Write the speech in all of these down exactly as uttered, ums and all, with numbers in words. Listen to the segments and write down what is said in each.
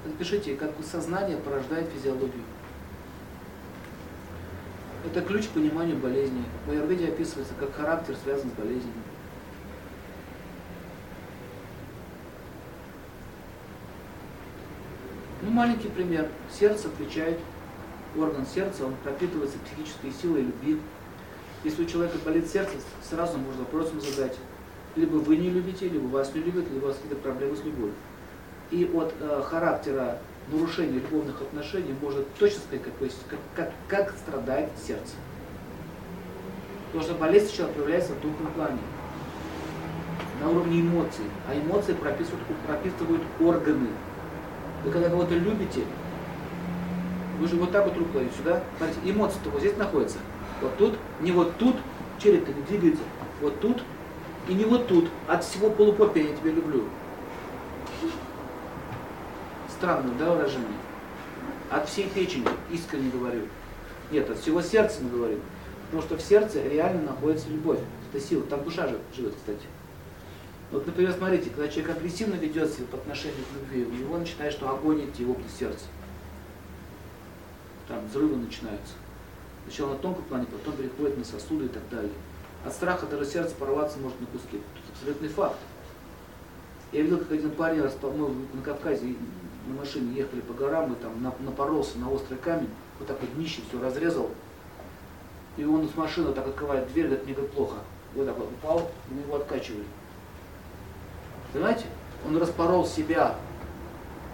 Напишите, как сознание порождает физиологию. Это ключ к пониманию болезни. В аюрведе описывается, как характер связан с болезнями. Ну, маленький пример. Сердце отвечает, орган сердца, он пропитывается психической силой любви. Если у человека болит сердце, сразу можно вопросом задать, либо вы не любите, либо вас не любят, либо у вас какие-то проблемы с любовью. И от э, характера нарушения любовных отношений можно точно сказать, какой, как, как, как страдает сердце. Потому что болезнь сначала проявляется в тонком плане, на уровне эмоций. А эмоции прописывают, прописывают органы. Вы когда кого-то любите, вы же вот так вот руку кладете сюда. Смотрите, эмоции-то вот здесь находятся. Вот тут, не вот тут, череп-то не двигается. Вот тут и не вот тут. От всего полупопия я тебя люблю. Странное, да, выражение? От всей печени, искренне говорю. Нет, от всего сердца мы говорим. Потому что в сердце реально находится любовь. Это сила. Там душа живет, кстати. Вот, например, смотрите, когда человек агрессивно ведет себя по отношению к любви, у него начинает что огонь идти в область сердца. Там взрывы начинаются. Сначала на тонком плане, потом переходит на сосуды и так далее. От страха даже сердце порваться может на куски. Это абсолютный факт. Я видел, как один парень, мы на Кавказе на машине ехали по горам, и там напоролся на острый камень, вот так вот днище все разрезал. И он с машины вот так открывает дверь, говорит, мне говорит, плохо. Вот так вот упал, и мы его откачивали. Понимаете? Он распорол себя.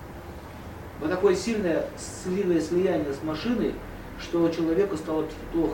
Вот такое сильное слилое слияние с машиной, что человеку стало плохо.